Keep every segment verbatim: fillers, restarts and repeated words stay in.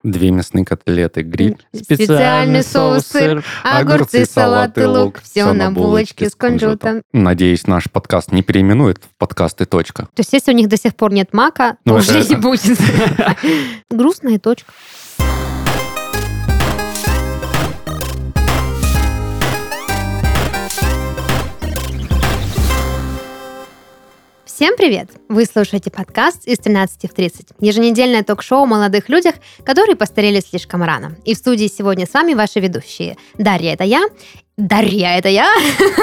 Две мясные котлеты, гриль. Специальный соус, сыр, огурцы, салат и лук. Все на булочке с кунжутом. Надеюсь, наш подкаст не переименует в подкаст и точка. То есть, если у них до сих пор нет мака, то Ну, уже это- не будет. Грустная и точка. Всем привет! Вы слушаете подкаст «Из тринадцати в тридцать». Еженедельное ток-шоу о молодых людях, которые постарели слишком рано. И в студии сегодня с вами ваши ведущие. Дарья – это я. Дарья – это я.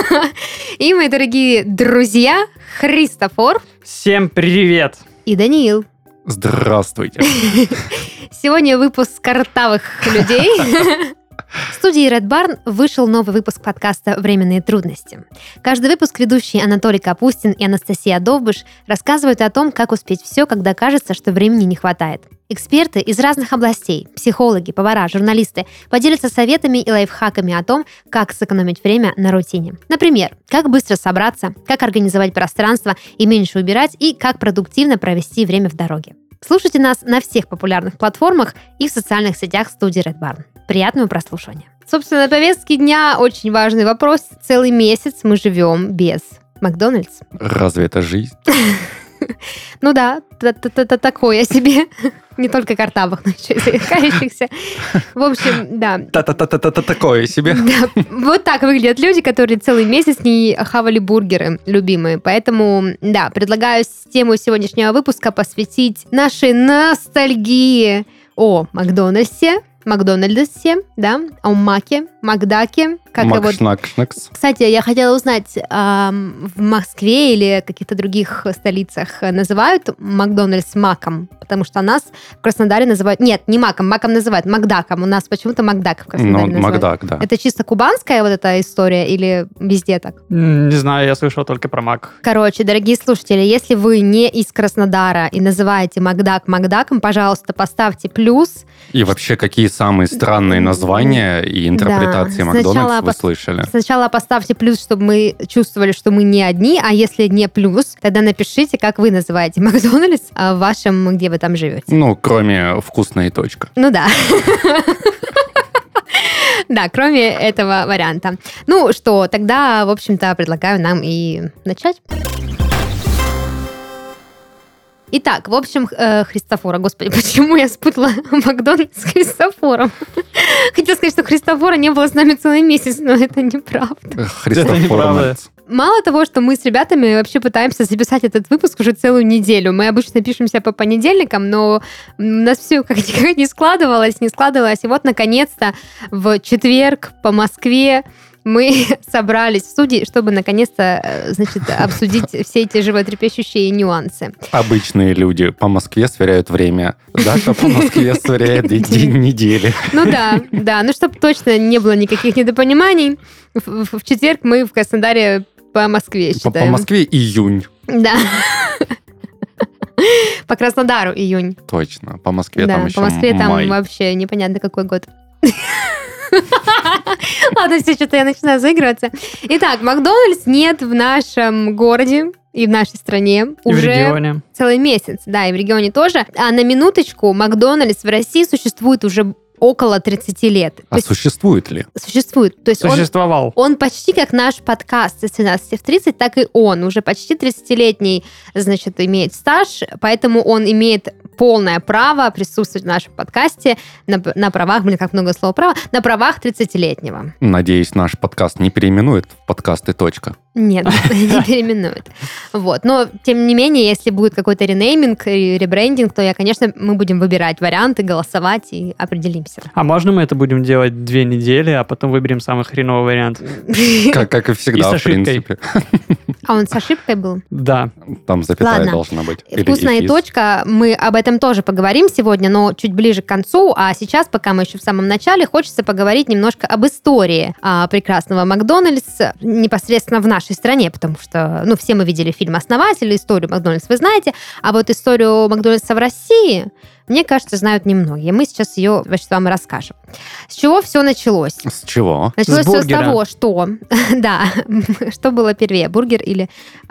И мои дорогие друзья Христофор Всем привет! и Даниил. Здравствуйте. Сегодня выпуск картавых людей. В студии Red Barn вышел новый выпуск подкаста «Временные трудности». Каждый выпуск ведущие Анатолий Капустин и Анастасия Довбыш рассказывают о том, как успеть все, когда кажется, что времени не хватает. Эксперты из разных областей, психологи, повара, журналисты поделятся советами и лайфхаками о том, как сэкономить время на рутине. Например, как быстро собраться, как организовать пространство и меньше убирать, и как продуктивно провести время в дороге. Слушайте нас на всех популярных платформах и в социальных сетях студии Red Barn. Приятного прослушивания. Собственно, на повестке дня очень важный вопрос. Целый месяц мы живем без Макдональдс. Разве это жизнь? Ну да, та-та-та-та такое себе. Не только картавых, но еще и заикающихся. В общем, да. Та-та-та-та-та такое себе. Да, вот так выглядят люди, которые целый месяц не хавали бургеры любимые. Поэтому, да, предлагаю тему сегодняшнего выпуска посвятить нашей ностальгии о Макдональдсе, Макдональдсе, да, о Маке, Макдаке. Как его... Макшнакшнакс. Кстати, я хотела узнать, эм, в Москве или каких-то других столицах называют Макдональдс Маком? Потому что нас в Краснодаре называют... Нет, не Маком, Маком называют, Макдаком. У нас почему-то Макдак в Краснодаре Ну, называют. Макдак, да. Это чисто кубанская вот эта история или везде так? М, Не знаю, я слышал только про Мак. Короче, дорогие слушатели, если вы не из Краснодара и называете Макдак Макдаком, пожалуйста, поставьте плюс. И вообще, какие самые странные названия и интерпретации Да, Макдональдс сначала вы пос- слышали? Сначала поставьте плюс, чтобы мы чувствовали, что мы не одни, а если не плюс, тогда напишите, как вы называете Макдональдс а, в вашем, где вы там живете. Ну, кроме вкусной точка. Ну да. Да, кроме этого варианта. Ну что, тогда, в общем-то, предлагаю нам и начать. Итак, в общем, э, Христофора, господи, почему я спутала Макдональдс с Христофором? Хотела сказать, что Христофора не было с нами целый месяц, но это неправда. Христофор неправда. Макс. Мало того, что мы с ребятами вообще пытаемся записать этот выпуск уже целую неделю. Мы обычно пишемся по понедельникам, но у нас все как никак не складывалось, не складывалось. И вот, наконец-то, в четверг по Москве мы собрались в студии, чтобы наконец-то, э, значит, обсудить все эти животрепещущие нюансы. Обычные люди по Москве сверяют время. Даша по Москве сверяет день недели. Ну да, да. Ну, чтобы точно не было никаких недопониманий, в, в- в четверг мы в Краснодаре по Москве По, считаем. по Москве июнь. Да. По Краснодару июнь. Точно. По Москве Да, там еще по Москве там май. вообще непонятно какой год. Ладно, все, что-то я начинаю заигрываться. Итак, Макдональдс нет в нашем городе и в нашей стране И в уже регионе. целый месяц. Да, и в регионе тоже. А на минуточку, Макдональдс в России существует уже около тридцать лет. То А есть существует ли? существует. То есть он, Существовал. он почти как наш подкаст из тринадцати в тридцать, так и он. Уже почти тридцатилетний, значит, имеет стаж, поэтому он имеет полное право присутствовать в нашем подкасте на, на правах, блин, как много слова права, на правах тридцатилетнего. Надеюсь, наш подкаст не переименует в подкаст и точка. Нет, не переименуют. Вот. Но, тем не менее, если будет какой-то ренейминг и ребрендинг, то, я, конечно, мы будем выбирать варианты, голосовать и определимся. А можно мы это будем делать две недели, а потом выберем самый хреновый вариант? Как, как и всегда, И с в ошибкой. принципе. А он с ошибкой был? Да. Там запятая Ладно. должна быть. Или Вкусная эфис. точка. Мы об этом тоже поговорим сегодня, но чуть ближе к концу. А сейчас, пока мы еще в самом начале, хочется поговорить немножко об истории а, прекрасного Макдональдса непосредственно в нашей стране, потому что, ну, все мы видели фильм «Основатель», историю Макдональдса вы знаете, а вот историю Макдональдса в России мне кажется, знают немногие. Мы сейчас ее, значит, вам и расскажем. С чего все началось? С чего? Началось С все с бургера. того, что... Да, что было первее, бургер или...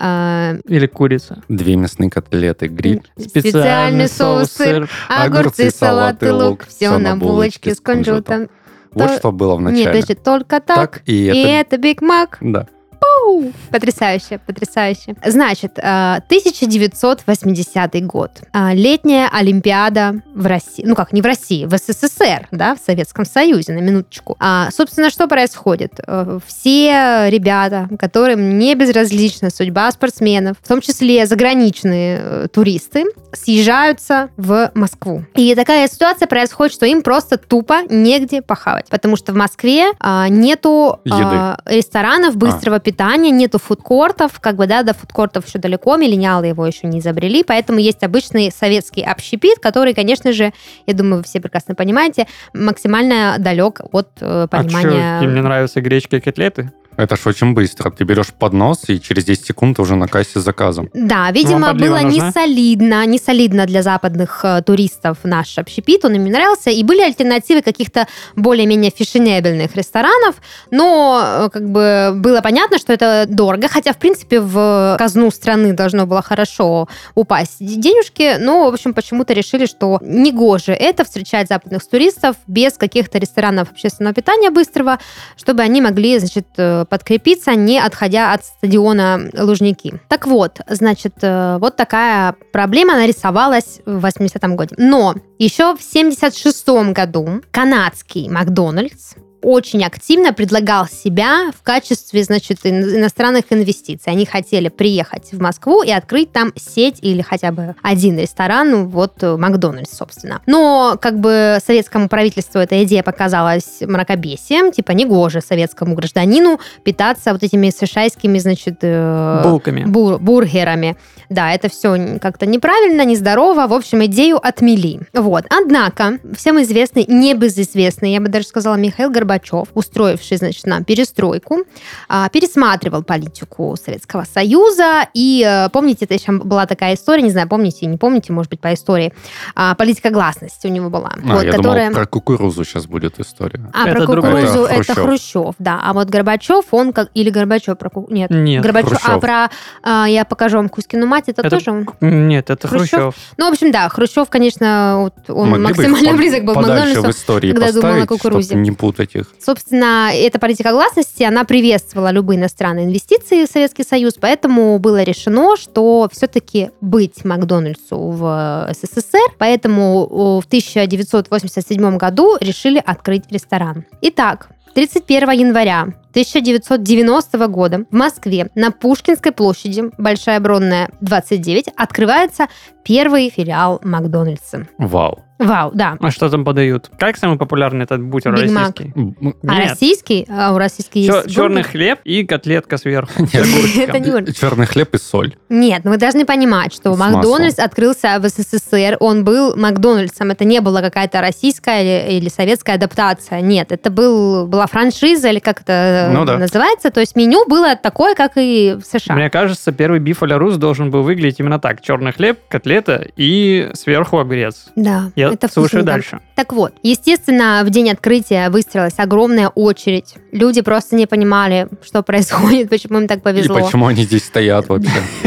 э, Или курица. Две мясные котлеты, гриль. Специальный соус, сыр, огурцы, салат и лук. Все на булочке с кунжутом. Вот То- что было в Нет, начале. подожди, только так. Так, и И это... это Биг Мак. Да. Оу, Потрясающе, потрясающе. Значит, э, тысяча девятьсот восьмидесятый год. Э, Летняя Олимпиада в России. Ну как, не в России, в СССР, да, в Советском Союзе, на минуточку. А, собственно, что происходит? Э, Все ребята, которым не безразлична судьба спортсменов, в том числе заграничные э, туристы, съезжаются в Москву. И такая ситуация происходит, что им просто тупо негде похавать. Потому что в Москве а, нету а, ресторанов быстрого питания, нету фудкортов. Как бы, да, до фудкортов еще далеко, миллениалы его еще не изобрели. Поэтому есть обычный советский общепит, который, конечно же, я думаю, вы все прекрасно понимаете, максимально далек от э, понимания... А что, им не нравятся гречка и котлеты? Это ж очень быстро. Ты берешь поднос, и через десять секунд ты уже на кассе с заказом. Да, видимо, Вам подлива было не нужна? солидно, не солидно для западных э, туристов наш общепит, он им не нравился, и были альтернативы каких-то более-менее фешенебельных ресторанов, но э, как бы было понятно, что это дорого, хотя, в принципе, в казну страны должно было хорошо упасть денежки, но, в общем, почему-то решили, что негоже это встречать западных туристов без каких-то ресторанов общественного питания быстрого, чтобы они могли, значит, э, подкрепиться, не отходя от стадиона Лужники. Так вот, значит, э, вот такая проблема нарисовалась в восьмидесятом году. Но еще в семьдесят шестом году канадский Макдональдс очень активно предлагал себя в качестве, значит, ин- иностранных инвестиций. Они хотели приехать в Москву и открыть там сеть или хотя бы один ресторан, ну, вот э, Макдональдс, собственно. Но как бы советскому правительству эта идея показалась мракобесием, типа негоже советскому гражданину питаться вот этими сшайскими, значит, э, Булками. бур- бургерами. Да, это все как-то неправильно, нездорово. В общем, идею отмели. Вот. Однако, всем известный, небезызвестный, я бы даже сказала, Михаил Горбачев, устроивший, значит, нам перестройку, а, пересматривал политику Советского Союза. И э, помните, это еще была такая история, не знаю, помните, не помните, может быть, по истории, а, политика гласности у него была. А, вот, я которая... думал, про кукурузу сейчас будет история. А, Это про другое. кукурузу Это это Хрущев. Хрущев, да. А вот Горбачев, он как... Или Горбачев про ку- Нет. Нет. Горбачев. А Хрущев. про... а, я покажу вам Кузькину мать, это, Это тоже он? Нет, это Хрущев? Хрущев. Ну, в общем, да, Хрущев, конечно, вот он Могли бы их максимально под- близок был к подальше Макдональдсу. в истории когда думал о поставить, кукурузе. чтобы не путать их. Собственно, эта политика гласности, она приветствовала любые иностранные инвестиции в Советский Союз, поэтому было решено, что все-таки быть Макдональдсу в СССР, поэтому в тысяча девятьсот восемьдесят седьмом году решили открыть ресторан. Итак, тридцать первого января тысяча девятьсот девяностого года в Москве на Пушкинской площади, Большая Бронная, двадцать девять, открывается первый филиал Макдональдса. Вау. Вау, да. А что там подают? Как самый популярный этот бутер Биг Мак. российский? М, А Нет. российский? А у российский Чё- есть черный бургер? хлеб и котлетка сверху. с Это огурчиком. не бургер. Черный хлеб и соль. Нет, ну вы должны понимать, что С Макдональдс открылся в СССР, он был Макдональдсом, это не была какая-то российская или, или советская адаптация, нет, это был, была франшиза, или как это Ну да. называется, то есть меню было такое, как и в США. Мне кажется, первый биф а-ля Рус должен был выглядеть именно так. Черный хлеб, котлета и сверху огурец. Да, Я это слушаю вкусненько. дальше. Так вот, естественно, в день открытия выстроилась огромная очередь, люди просто не понимали, что происходит, почему им так повезло. И почему они здесь стоят вообще?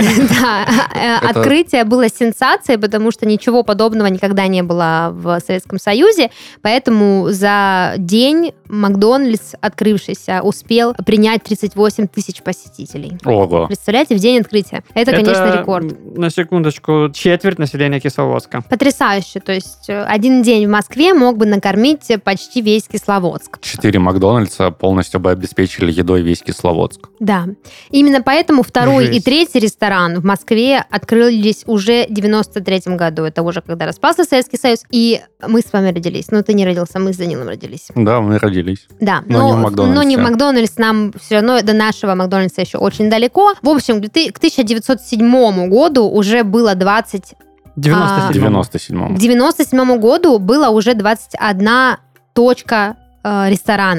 Да, э, Это- открытие было сенсацией, потому что ничего подобного никогда не было в Советском Союзе, поэтому за день Макдональдс, открывшийся, успел принять тридцать восемь тысяч посетителей. Ого. Представляете, в день открытия. Это, конечно, рекорд. м, На секундочку, четверть населения Кисловодска. Потрясающе. То есть э, один день в Москве мог бы накормить почти весь Кисловодск. Четыре Макдональдса полностью бы обеспечили едой весь Кисловодск. Да. Именно поэтому второй Жесть. и третий ресторан в Москве открылись уже в девяносто третьем году. Это уже когда распался Советский Союз. И мы с вами родились. Ну, ты не родился, мы с Данилом родились. Да, мы родились. Да, Но но, не в Макдональдсе. но не в Макдональдс, нам все равно до нашего Макдональдса еще очень далеко. В общем, к ты- к тысяча девятьсот седьмому году уже было двадцать... девяносто В А, седьмом. девяносто К седьмом. девяносто седьмому году было уже двадцать одна точка э, ресторанов.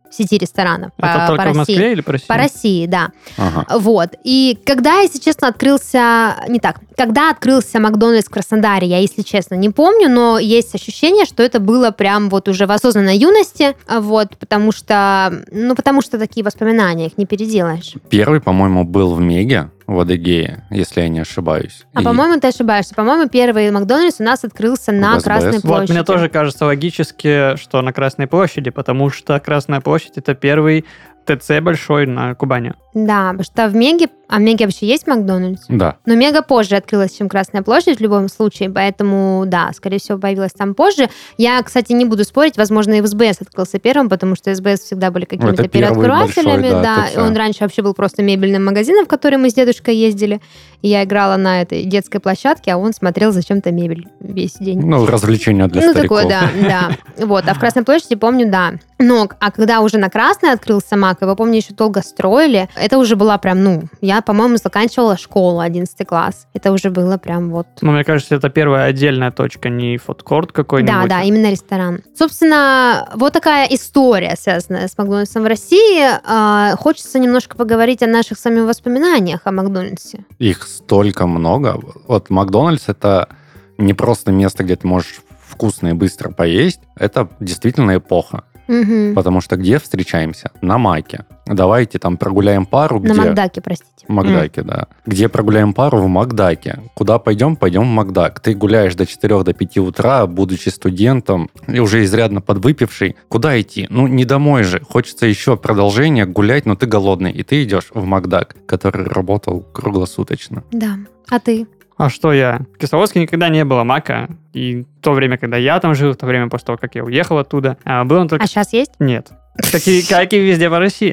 в сети ресторанов Это по, только по в Москве России. или по России? По России, да. Ага. Вот. И когда, если честно, открылся... Не так. Когда открылся Макдональдс в Краснодаре, я, если честно, не помню, но есть ощущение, что это было прям вот уже в осознанной юности, вот, потому что... Ну, потому что такие воспоминания, их не переделаешь. Первый, по-моему, был в Меге, в Адыгее, если я не ошибаюсь. А, И- по-моему, ты ошибаешься. По-моему, первый Макдональдс у нас открылся на СБС. Красной Вот, площади. Вот, мне тоже кажется логически, что на Красной площади, потому что Красная площадь — это первый ТЦ большой на Кубани. Да, потому что в Меге... А в Меге вообще есть Макдональдс? Да. Но Мега позже открылась, чем Красная площадь в любом случае, поэтому, да, скорее всего, появилась там позже. Я, кстати, не буду спорить, возможно, и в СБС открылся первым, потому что СБС всегда были какими-то Это первый первооткрывателями, большой, да, да, ТЦ. и он раньше вообще был просто мебельным магазином, в который мы с дедушкой ездили, и я играла на этой детской площадке, а он смотрел зачем-то мебель весь день. Ну, развлечения для Ну, стариков. такое, да, да. Вот, а в Красной площади, помню, да. Но, а когда уже на Красной открылся Мак, его, помню, еще долго строили, это уже была прям, ну, я, по-моему, заканчивала школу, одиннадцатый класс. Это уже было прям вот... Ну, мне кажется, это первая отдельная точка, не фудкорт какой-нибудь. Да, да, именно ресторан. Собственно, вот такая история, связанная с Макдональдсом в России. А, хочется немножко поговорить о наших с вами воспоминаниях о Макдональдсе. Их столько много. Вот Макдональдс — это не просто место, где ты можешь вкусно и быстро поесть. Это действительно эпоха. Мгм. Потому что где встречаемся? На Маке. Давайте там прогуляем пару, На где... Макдаке, простите. В Макдаке, да. Где прогуляем пару? В Макдаке. Куда пойдем? Пойдем в Макдак. Ты гуляешь до четырёх, до пяти утра, будучи студентом и уже изрядно подвыпивший. Куда идти? Ну, не домой же. Хочется еще продолжения гулять, но ты голодный. И ты идешь в Макдак, который работал круглосуточно. Да. А ты? А что я? В Кисловодске никогда не было Мака. И в то время, когда я там жил, в то время после того, как я уехал оттуда, а, был он только... А сейчас есть? Нет. Как и, как и везде по России.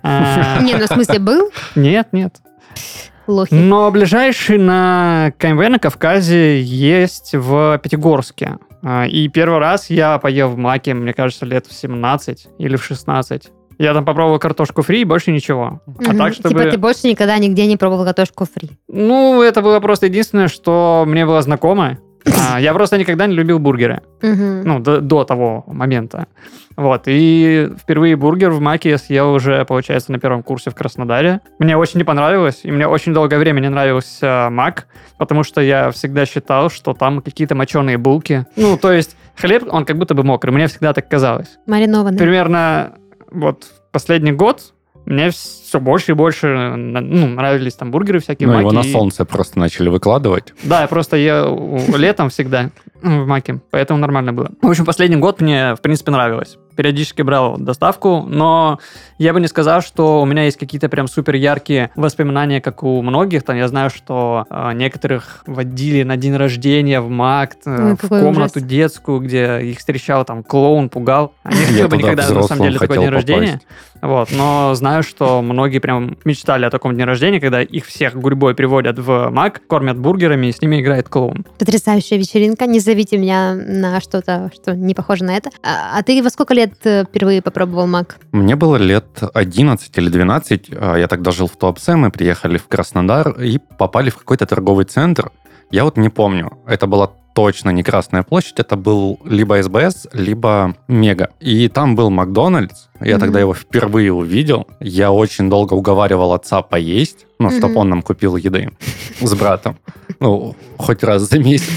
А, Не, ну в смысле был? Нет, нет. Лохи. Но ближайший на КМВ на Кавказе есть в Пятигорске. А, И первый раз я поел в Маке, мне кажется, лет в семнадцать или в шестнадцать. Я там попробовал картошку фри и больше ничего. А Мгм. так, чтобы... Типа ты больше никогда нигде не пробовал картошку фри. Ну, это было просто единственное, что мне было знакомо. А, Я просто никогда не любил бургеры. Мгм. Ну, до, до того момента. Вот. И впервые бургер в Маке я съел уже, получается, на первом курсе в Краснодаре. Мне очень не понравилось, и мне очень долгое время не нравился Мак, потому что я всегда считал, что там какие-то моченые булки. Ну, то есть хлеб, он как будто бы мокрый. Мне всегда так казалось. Маринованный. Примерно вот последний год мне все больше и больше на- ну, нравились там бургеры всякие в Ну, его Маке. на и- солнце просто начали выкладывать. Да, я просто ел летом всегда в Маке, поэтому нормально было. В общем, последний год мне, в принципе, нравилось. Периодически брал доставку, но я бы не сказал, что у меня есть какие-то прям супер яркие воспоминания, как у многих. Там я знаю, что э, некоторых водили на день рождения в Мак, э, Ой, в какой комнату ужас. детскую, где их встречал там клоун, пугал. А не Я хотел бы туда никогда, на самом взрослым деле, такой хотел день рождения. попасть. Вот, но знаю, что многие прям мечтали о таком дне рождения, когда их всех гурьбой приводят в Мак, кормят бургерами, и с ними играет клоун. Потрясающая вечеринка. Не зовите меня на что-то, что не похоже на это. А, а ты во сколько лет э, впервые попробовал мак? Мне было лет одиннадцать или двенадцать. а, Я тогда жил в Туапсе, мы приехали в Краснодар и попали в какой-то торговый центр. Я вот не помню. Это была точно не Красная площадь, это был либо СБС, либо Мега. И там был Макдональдс. Я Мгм. тогда его впервые увидел. Я очень долго уговаривал отца поесть, ну, Мгм. чтобы он нам купил еды с братом. Ну, хоть раз за месяц.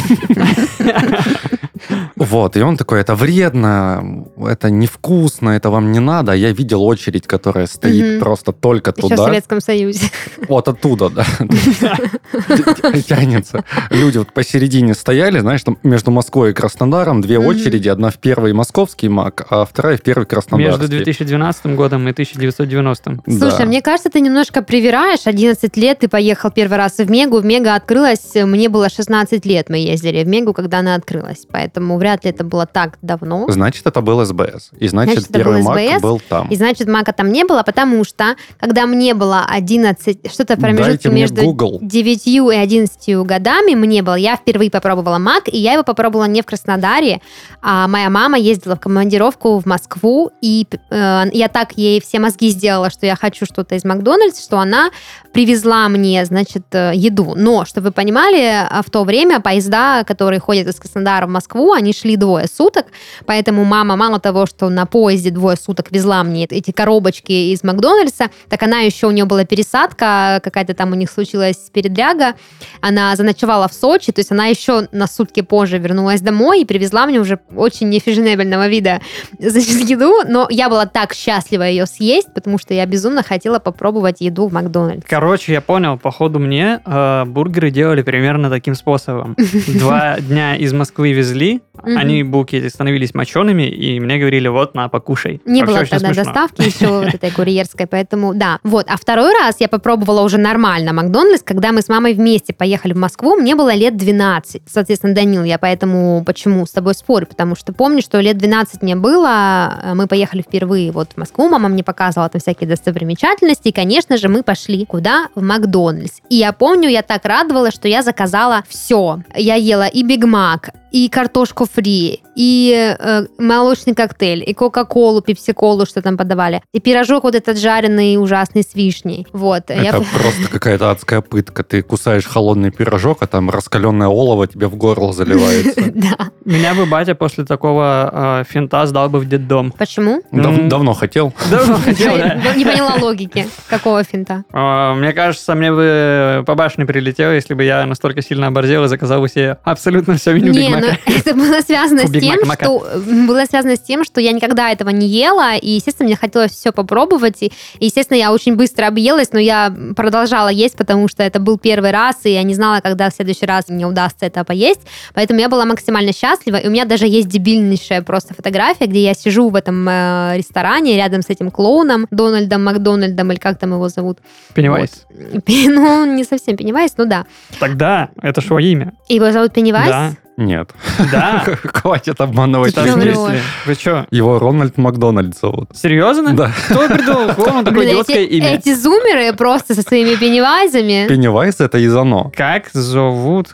Вот, и он такой, это вредно, это невкусно, это вам не надо. А я видел очередь, которая стоит Мгм. просто только Еще в туда. Советском Союзе. Вот оттуда, да. Тянется. Люди вот посередине стояли, знаешь, там между Москвой и Краснодаром две Мгм. очереди. Одна в первый московский МАК, а вторая в первый краснодарский. Между две тысячи двенадцатым годом и тысяча девятьсот девяностым. Да. Слушай, мне кажется, ты немножко привираешь. одиннадцать лет ты поехал первый раз в Мегу. В Мега открылась, мне было шестнадцать лет. Мы ездили в Мегу, когда она открылась. Поэтому вряд ли это было так давно. Значит, это был СБС. И значит, Значит, это первый был МАК СБС, был там. И значит, Мака там не было, потому что, когда мне было одиннадцать, что-то в промежутке Дайте мне между Google. девятью и одиннадцатью годами мне было, я впервые попробовала попробовала мак, и я его попробовала не в Краснодаре, а моя мама ездила в командировку в Москву, и э, я так ей все мозги сделала, что я хочу что-то из Макдональдса, что она привезла мне, значит, еду. Но, чтобы вы понимали, в то время поезда, которые ходят из Краснодара в Москву, они шли двое суток, поэтому мама мало того, что на поезде двое суток везла мне эти коробочки из Макдональдса, так она еще, у нее была пересадка, какая-то там у них случилась передряга, она заночевала в Сочи, то есть она еще на сутки позже вернулась домой и привезла мне уже очень нефешенебельного вида, значит, еду, но я была так счастлива ее съесть, потому что я безумно хотела попробовать еду в Макдональдсе. Короче, я понял, походу мне э, бургеры делали примерно таким способом. Два дня из Москвы везли, они булки эти становились мочеными, и мне говорили, вот, на, покушай. Не Вообще было очень тогда смешно. доставки еще вот этой курьерской, поэтому да. Вот, а второй раз я попробовала уже нормально Макдональдс, когда мы с мамой вместе поехали в Москву, мне было лет двенадцать. Соответственно, Данил, я поэтому почему с тобой спорю, потому что помню, что лет двенадцать мне было, мы поехали впервые вот в Москву, мама мне показывала там всякие достопримечательности, и, конечно же, мы пошли куда? В Макдональдс. И я помню, я так радовалась, что я заказала все. Я ела и Биг Мак, и картошку фри, и э, молочный коктейль, и кока-колу, пепси-колу, что там подавали, и пирожок вот этот жареный ужасный с вишней. Вот. Это я... просто какая-то адская пытка. Ты кусаешь холодный пирожок, а там раскаленное олово тебе в горло заливается. Да. Меня бы батя после такого э, финта сдал бы в детдом. Почему? Дав- М. Давно хотел. Давно хотел, да. Не поняла логики. Какого финта? А, Мне кажется, мне бы по башне прилетело, если бы я настолько сильно оборзел и заказал бы себе абсолютно все меню Биг Не, ну Мака. это было связано с Биг тем, Мак, Мака. что было связано с тем, что я никогда этого не ела, и, естественно, мне хотелось все попробовать, и, естественно, я очень быстро объелась, но я продолжала есть, потому что это был первый раз, и я не знала, когда в следующий раз мне удастся это поесть, поэтому я была максимально счастлива, и у меня даже есть дебильнейшая просто фотография, где я сижу в этом э, ресторане рядом с этим клоуном, Дональдом Макдональдом, или как там его зовут. Пеннивайз. Вот. Ну, не совсем Пеннивайз, ну да. Тогда это что имя? Его зовут Пеннивайз? Да. Нет. Да. Хватит обманывать Ты Да, в чё людей. врёшь? смысле? Вы что? Его Рональд Макдональд зовут. Серьезно? Да. Кто придумал клоуну такое Блин, идиотское эти, имя? эти зумеры просто со своими Пеннивайзами. Пеннивайз — это из оно. Как зовут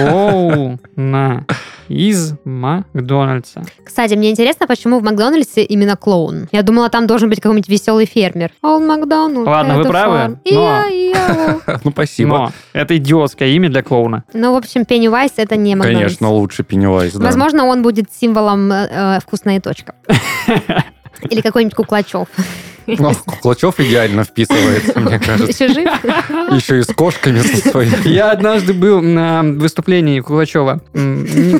клоуна из Макдональдса? Кстати, мне интересно, почему в Макдональдсе именно клоун. Я думала, там должен быть какой-нибудь веселый фермер. Ол Макдональд. Ладно, вы правы, но- Ну, спасибо. Но это идиотское имя для клоуна. Ну, в общем, Пеннивайз это не Макдональдс. Конечно, лучше Пеннивайз, да. Возможно, он будет символом э, вкусная точка. Или какой-нибудь Куклачев. Ну, Куклачев идеально вписывается, мне кажется. Еще жив? Еще и с кошками со своими. Я однажды был на выступлении Кулачева. М, Не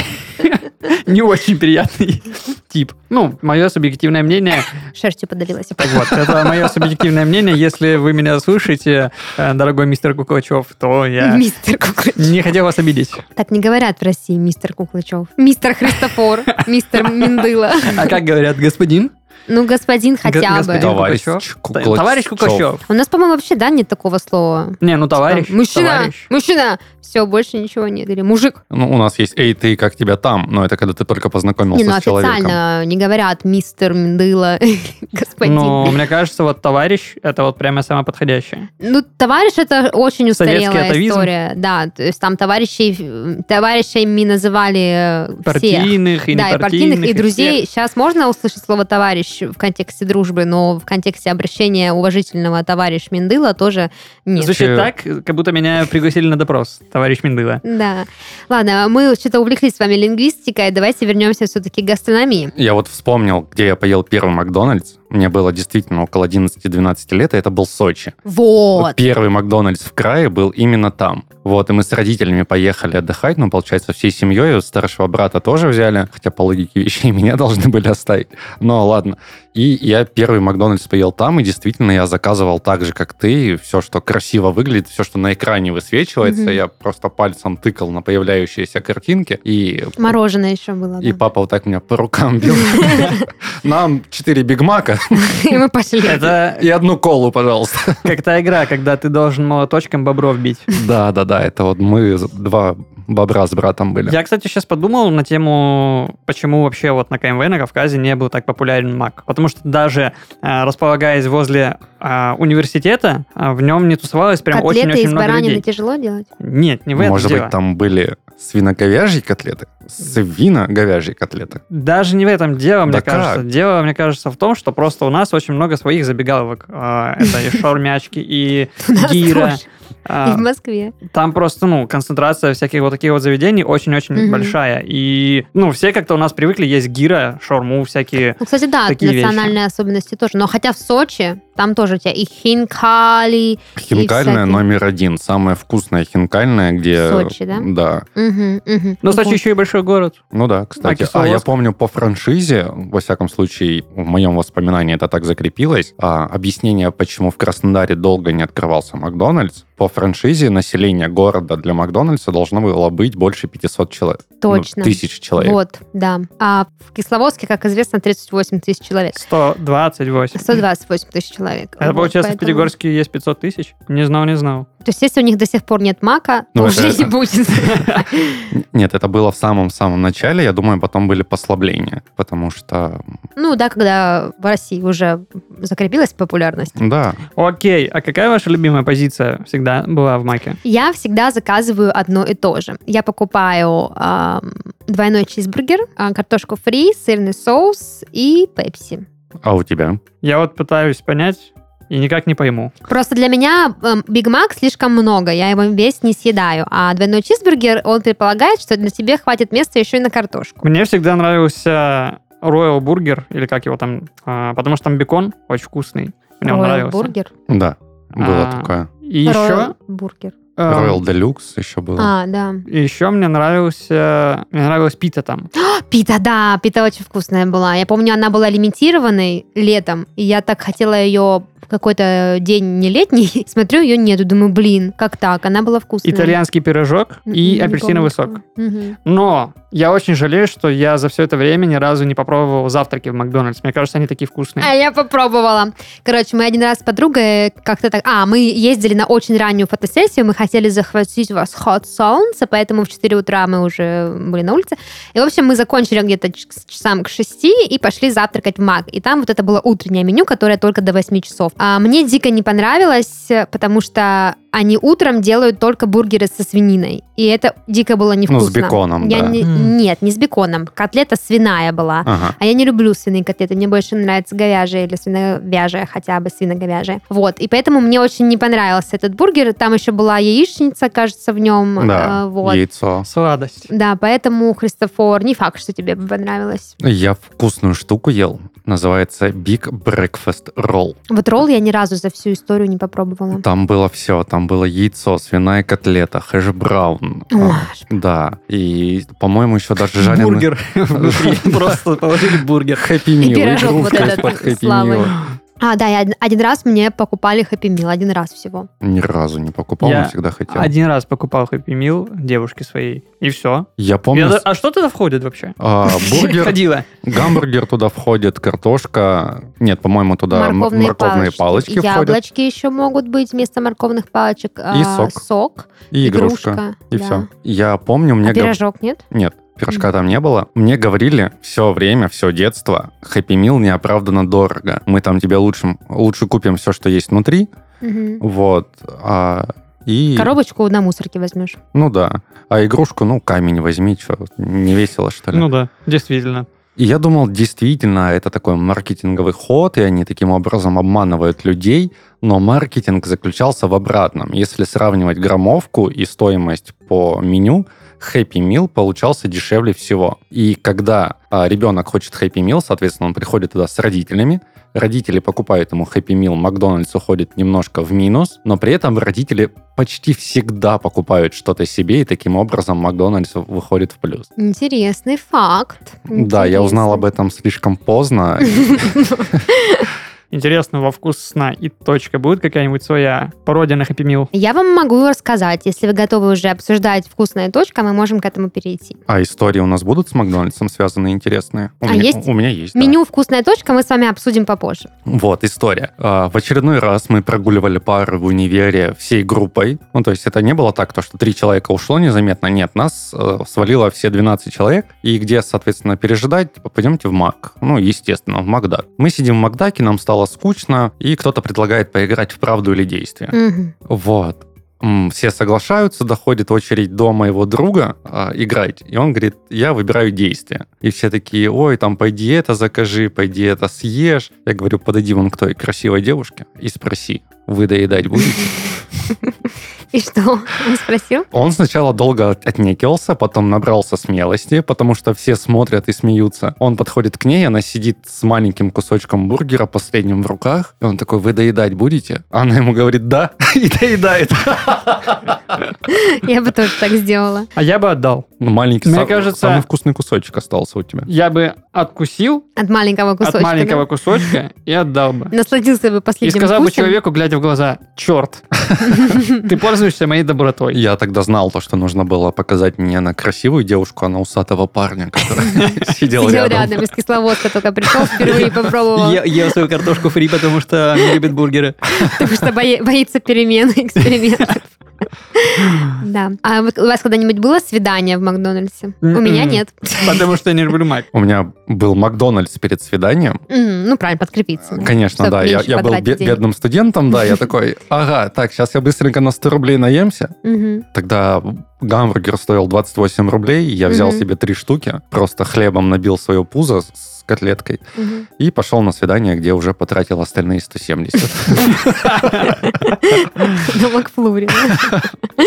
не очень приятный тип. Ну, мое субъективное мнение. Шерстью подавилась. Вот, это мое субъективное мнение. Если вы меня слушаете, э, дорогой мистер Куклачев, то я Мистер Куклачев. не хотел вас обидеть. Так не говорят в России мистер Куклачев. Мистер Христофор. Мистер Миндыла. А как говорят, господин? Ну, господин хотя бы. господин Товарищ Куклачев. Куклачев. Товарищ Куклачев. У нас, по-моему, вообще, да, нет такого слова. Не, ну товарищ. Там, мужчина, товарищ. мужчина. Все, больше ничего нет. Или мужик. Ну, у нас есть «Эй, ты, как тебя там?» Но это когда ты только познакомился Не, ну с человеком. официально не говорят мистер Миндыла, господин. Ну, мне кажется, вот товарищ, это вот прямо самое подходящее. Ну, товарищ это очень Советский устарелая атовизм. история. Да, то есть там товарищей, товарищами называли всех. Партийных и Да, и непартийных. партийных, и друзей. всех. Сейчас можно услышать слово «товарищ» в контексте дружбы, но в контексте обращения уважительного «товарищ Миндыла» тоже нет. Звучит Э, так, как будто меня пригласили на допрос, товарищ Миндыла. Да. Ладно, мы что-то увлеклись с вами лингвистикой, давайте вернемся все-таки к гастрономии. Я вот вспомнил, где я поел первый Макдональдс. Мне было действительно около одиннадцать-двенадцать лет, и это был Сочи. Вот. Первый Макдональдс в крае был именно там. Вот, и мы с родителями поехали отдыхать, ну, получается, всей семьей, старшего брата тоже взяли, хотя по логике вещей меня должны были оставить. Но ладно. И я первый Макдональдс поел там, и действительно я заказывал так же, как ты, все, что красиво выглядит, все, что на экране высвечивается, Мгм. я просто пальцем тыкал на появляющиеся картинки, и... Мороженое еще было. И Да. папа вот так меня по рукам бил. Нам четыре Биг Мака И мы пошли. Это и одну колу, пожалуйста. как та игра, когда ты должен молоточком бобров бить. Да, да, да, это вот мы два бобра с братом были. Я, кстати, сейчас подумал на тему, почему вообще вот на КМВ на Кавказе не был так популярен Мак. Потому что даже э, располагаясь возле э, университета, э, в нем не тусовалось прям Котлеты очень-очень из много баранины людей. тяжело делать? Нет, не в этом Может дело. быть, там были свино-говяжьи котлеты, свино-говяжьи котлеты. Даже не в этом дело, мне Да кажется. как? Дело, мне кажется, в том, что просто у нас очень много своих забегаловок. А, Это и шаурмячки, и У нас гира. тоже. А, И в Москве. Там просто, ну, концентрация всяких вот таких вот заведений очень-очень Мгм. большая. И, ну, все как-то у нас привыкли есть гира, шаурму, всякие... Ну, кстати, да, Такие вещи. национальные особенности тоже. Но хотя в Сочи, там тоже у тебя и хинкали. Хинкальная всякие- номер один. Самая вкусная хинкальная, где... Сочи, да? Да. Мгм, мгм. Ну, Сочи Вот. еще и большой город. Ну да, кстати. А А, я Кисловодск? помню по франшизе, во всяком случае, в моем воспоминании это так закрепилось, а, объяснение, почему в Краснодаре долго не открывался Макдональдс. По франшизе население города для Макдональдса должно было быть больше пятисот человек. Точно. Ну, тысяч человек. Вот, да. А в Кисловодске, как известно, тридцать восемь тысяч человек. сто двадцать восемь. сто двадцать восемь тысяч человек. Это, Вот, получается, в поэтому- Пятигорске есть пятьсот тысяч? Не знал, не знал. То есть, если у них до сих пор нет мака, то Ну, уже это- не будет. Нет, это было в самом-самом начале. Я думаю, потом были послабления. Потому что, Ну да, когда в России уже закрепилась популярность. да, Окей, а какая ваша любимая позиция всегда была в Маке? Я всегда заказываю одно и то же. Я покупаю ам, двойной чизбургер, а, картошку фри, сырный соус и пепси. а у тебя? Я вот пытаюсь понять и никак не пойму. Просто для меня Биг Мак слишком много, я его весь не съедаю. А двойной чизбургер, он предполагает, что для тебя хватит места еще и на картошку. Мне всегда нравился Royal Burger, или как его там, а, потому что там бекон очень вкусный. Мне он Royal нравился. бургер. Да, было А, такое. И еще... Royal бургер. Royal Deluxe еще было. А, да. Еще мне нравился... Мне нравилась пита там. Пита, да, пита очень вкусная была. Я помню, она была лимитированной летом, и я так хотела ее в какой-то день не летний. Смотрю, ее нету, думаю, блин, как так? Она была вкусная. Итальянский пирожок и М, не апельсиновый помню сок. такого. Мгм. Но я очень жалею, что я за все это время ни разу не попробовал завтраки в Макдональдс. Мне кажется, они такие вкусные. А я попробовала. Короче, мы один раз с подругой как-то так... А, мы ездили на очень раннюю фотосессию, мы хотели захватить вас хот солнце, поэтому в четыре утра мы уже были на улице. И, в общем, мы закончили где-то ч- часам к шести и пошли завтракать в Мак. И там вот это было утреннее меню, которое только до восьми часов. А мне дико не понравилось, потому что они утром делают только бургеры со свининой. И это дико было невкусно. Ну, с беконом, Я да. не- М. Нет, не с беконом. Котлета свиная была. Ага. А я не люблю свиные котлеты, мне больше нравится говяжья или свиноговяжья, хотя бы свиноговяжья. Вот, и поэтому мне очень не понравился этот бургер. Там еще была яичница, кажется, в нем. Да, э, вот. яйцо. Сладость. Да, поэтому, Христофор, не факт, что тебе бы понравилось. Я вкусную штуку ел. Называется Big Breakfast Roll. Вот ролл я ни разу за всю историю не попробовала. Там было все. Там было яйцо, свиная котлета, хэш-браун. Ой, А, Да. И, по-моему, еще даже жареный... Бургер внутри. Просто положили бургер. Хэппи И Мил. пирожок вот игрушка этот из-под Хэппи славный. Мила. А, да, я один, один раз мне покупали Хэппи Мил, один раз всего. Ни разу не покупал, Я но всегда хотел. Один раз покупал Хэппи Мил девушке своей. И все. Я помню... с- А что туда входит вообще? а, бургер, Ходила. гамбургер туда входит, картошка... Нет, по-моему, туда м- Морковные, морковные палочки, входят. Яблочки еще могут быть вместо морковных палочек. И а, сок. Сок. И игрушка. И да. все. Я помню, мне... А гов- пирожок нет? Нет, пирожка там не было. Мне говорили все время, все детство, Хэппи Мил неоправданно дорого. Мы там тебе лучше, лучше купим все, что есть внутри. Мгм. Вот. А, и... Коробочку на мусорке возьмешь. Ну да. А игрушку, ну, камень возьми, что, не весело, что ли? Ну да, действительно. И я думал, действительно, это такой маркетинговый ход, и они таким образом обманывают людей, но маркетинг заключался в обратном. Если сравнивать граммовку и стоимость по меню, Happy Meal получался дешевле всего. И когда а, ребенок хочет Happy Meal, соответственно, он приходит туда с родителями, родители покупают ему Happy Meal, Макдональдс уходит немножко в минус, но при этом родители почти всегда покупают что-то себе, и таким образом Макдональдс выходит в плюс. Интересный факт. Да, я узнал об этом слишком поздно. Интересно, во вкус сна и точка будет какая-нибудь своя пародия на Хэппи Мил? Я вам могу рассказать. Если вы готовы уже обсуждать вкусная точка, мы можем к этому перейти. А истории у нас будут с Макдональдсом связанные интересные? У А меня, есть? У меня есть, да. Меню «Вкусная точка» мы с вами обсудим попозже. Вот, история. А, В очередной раз мы прогуливали пары в универе всей группой. Ну, то есть это не было так, то, что три человека ушло незаметно. Нет, нас э, свалило все двенадцать человек. И где, соответственно, пережидать, пойдемте в Мак. Ну, естественно, в Макдак. Мы сидим в Макдаке, нам стало скучно, и кто-то предлагает поиграть в правду или действие. Мгм. Вот. м, все соглашаются, доходит очередь до моего друга а, играть, и он говорит, я выбираю действие. И все такие, ой, там, пойди это закажи, пойди это съешь. Я говорю, подойди вон к той красивой девушке и спроси, вы доедать будете? И что? Он спросил? Он сначала долго отнекивался, потом набрался смелости, потому что все смотрят и смеются. Он подходит к ней, она сидит с маленьким кусочком бургера, последним в руках, и он такой, вы доедать будете? Она ему говорит, да, и доедает. Я бы тоже так сделала. А я бы отдал. Ну, маленький, Мне сам- кажется- самый вкусный кусочек остался у тебя. Я бы откусил От маленького кусочка. от маленького да? кусочка и отдал бы. Насладился бы И последним сказал бы вкусом. человеку, глядя в глаза, черт, ты пользуешься моей добротой. Я тогда знал то, что нужно было показать не на красивую девушку, а на усатого парня, который сидел Сидел рядом. рядом, из Кисловодска только пришел, впервые попробовал. Ел свою картошку фри, потому что не любит бургеры. Потому что бои- боится перемен, экспериментов. Да. А вы- у вас когда-нибудь было свидание в Макдональдсе? У меня М-м. нет. Потому что я не люблю Мак. У меня был Макдональдс перед свиданием. М, Ну, правильно, подкрепиться. Конечно, Чтоб да. Я, меньше я был потратить бе- денег. бедным студентом, да. Я такой, ага, так, сейчас я быстренько на сто рублей наемся. Мгм. Тогда гамбургер стоил двадцать восемь рублей. Я взял Мгм. себе три штуки, просто хлебом набил свое пузо с котлеткой Мгм. и пошел на свидание, где уже потратил остальные сто семьдесят. На Макфлуре. да.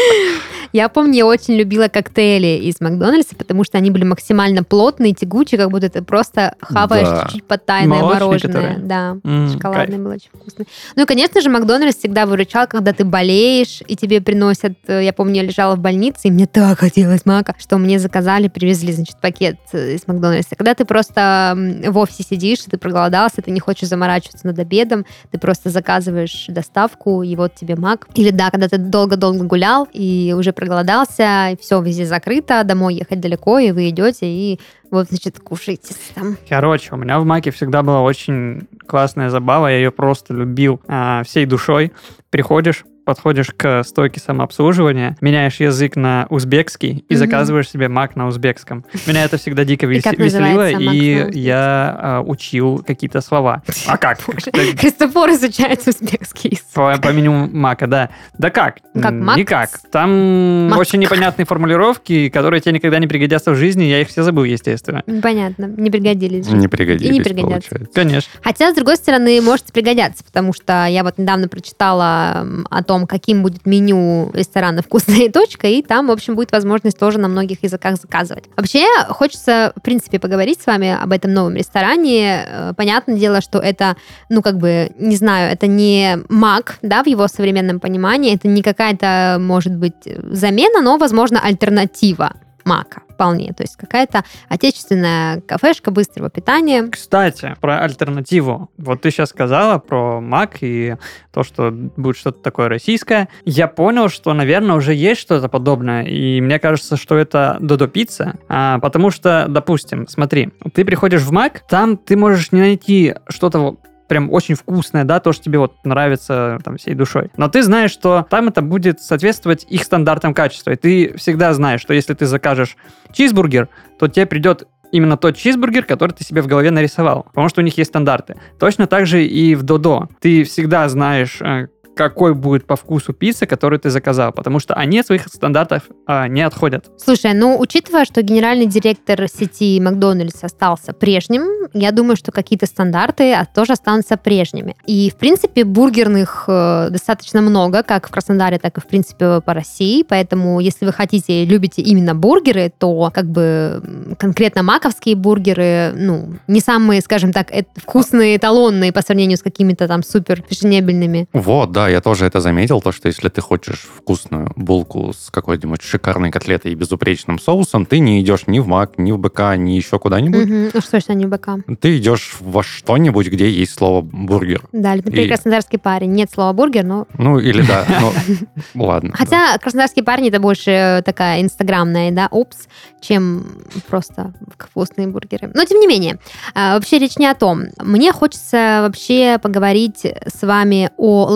Я помню, я очень любила коктейли из Макдональдса, потому что они были максимально плотные, тягучие, как будто ты просто хаваешь Да. чуть-чуть подтаянное Молочные, мороженое. которые? Да, М, шоколадный кайф. был очень вкусный. Ну и, конечно же, Макдональдс всегда выручал, когда ты болеешь, и тебе приносят... э, Я помню, я лежала в больнице, и мне так хотелось мака, что мне заказали, привезли, значит, пакет э, из Макдональдса. Когда ты просто м, в офисе сидишь, и ты проголодался, ты не хочешь заморачиваться над обедом, ты просто заказываешь доставку, и вот тебе мак. Или да, когда ты долго-долго гулял, и уже проголодался, и все, везде закрыто, домой ехать далеко, и вы идете, и вот, значит, кушаете там. Короче, у меня в Маке всегда была очень классная забава, я ее просто любил а, всей душой. Приходишь, подходишь к стойке самообслуживания, меняешь язык на узбекский и Мгм. заказываешь себе мак на узбекском. Меня это всегда дико И вес- как веселило, называется мак на и узбекском? я а, учил какие-то слова. А как? Христофор изучает узбекский язык. По, по меню мака, да. Да как? Как, М, мак? Никак. Там Мак. очень непонятные формулировки, которые тебе никогда не пригодятся в жизни, я их все забыл, естественно. Понятно, не пригодились. в жизни. Не пригодились, И не пригодятся. получается. Конечно. Хотя, с другой стороны, может пригодятся, потому что я вот недавно прочитала м, о том, каким будет меню ресторана «Вкусная точка», и там, в общем, будет возможность тоже на многих языках заказывать. Вообще, хочется, в принципе, поговорить с вами об этом новом ресторане. Э, Понятное дело, что это, ну, как бы, не знаю, это не Мак, да, в его современном понимании, это не какая-то, может быть, замена, но, возможно, альтернатива Мака вполне. То есть какая-то отечественная кафешка быстрого питания. Кстати, про альтернативу. Вот ты сейчас сказала про Мак и то, что будет что-то такое российское. Я понял, что, наверное, уже есть что-то подобное, и мне кажется, что это Додо Пицца, а, потому что, допустим, смотри, ты приходишь в Мак, там ты можешь не найти что-то прям очень вкусное, да, то, что тебе вот нравится там всей душой. Но ты знаешь, что там это будет соответствовать их стандартам качества. И ты всегда знаешь, что если ты закажешь чизбургер, то тебе придет именно тот чизбургер, который ты себе в голове нарисовал. Потому что у них есть стандарты. Точно так же и в Додо. Ты всегда знаешь, э, какой будет по вкусу пицца, которую ты заказал, потому что они от своих стандартов а, не отходят. Слушай, ну, учитывая, что генеральный директор сети Макдональдс остался прежним, я думаю, что какие-то стандарты а, тоже останутся прежними. И, в принципе, бургерных э, достаточно много, как в Краснодаре, так и, в принципе, по России. Поэтому, если вы хотите, любите именно бургеры, то, как бы, м, конкретно маковские бургеры, ну, не самые, скажем так, э- вкусные, эталонные по сравнению с какими-то там супер фешенебельными. Вот, да, я тоже это заметил, то, что если ты хочешь вкусную булку с какой-нибудь шикарной котлетой и безупречным соусом, ты не идешь ни в Мак, ни в БК, ни еще куда-нибудь. Мгм. Ну что ж, они БК. Ты идешь во что-нибудь, где есть слово «бургер». Да, например, И- краснодарский парень. Нет слова бургер, но... Ну, или да, ну, ладно. Хотя краснодарские парни это больше такая инстаграмная, да, опс, чем просто вкусные бургеры. Но тем не менее, а, вообще речь не о том. Мне хочется вообще поговорить с вами о логотипе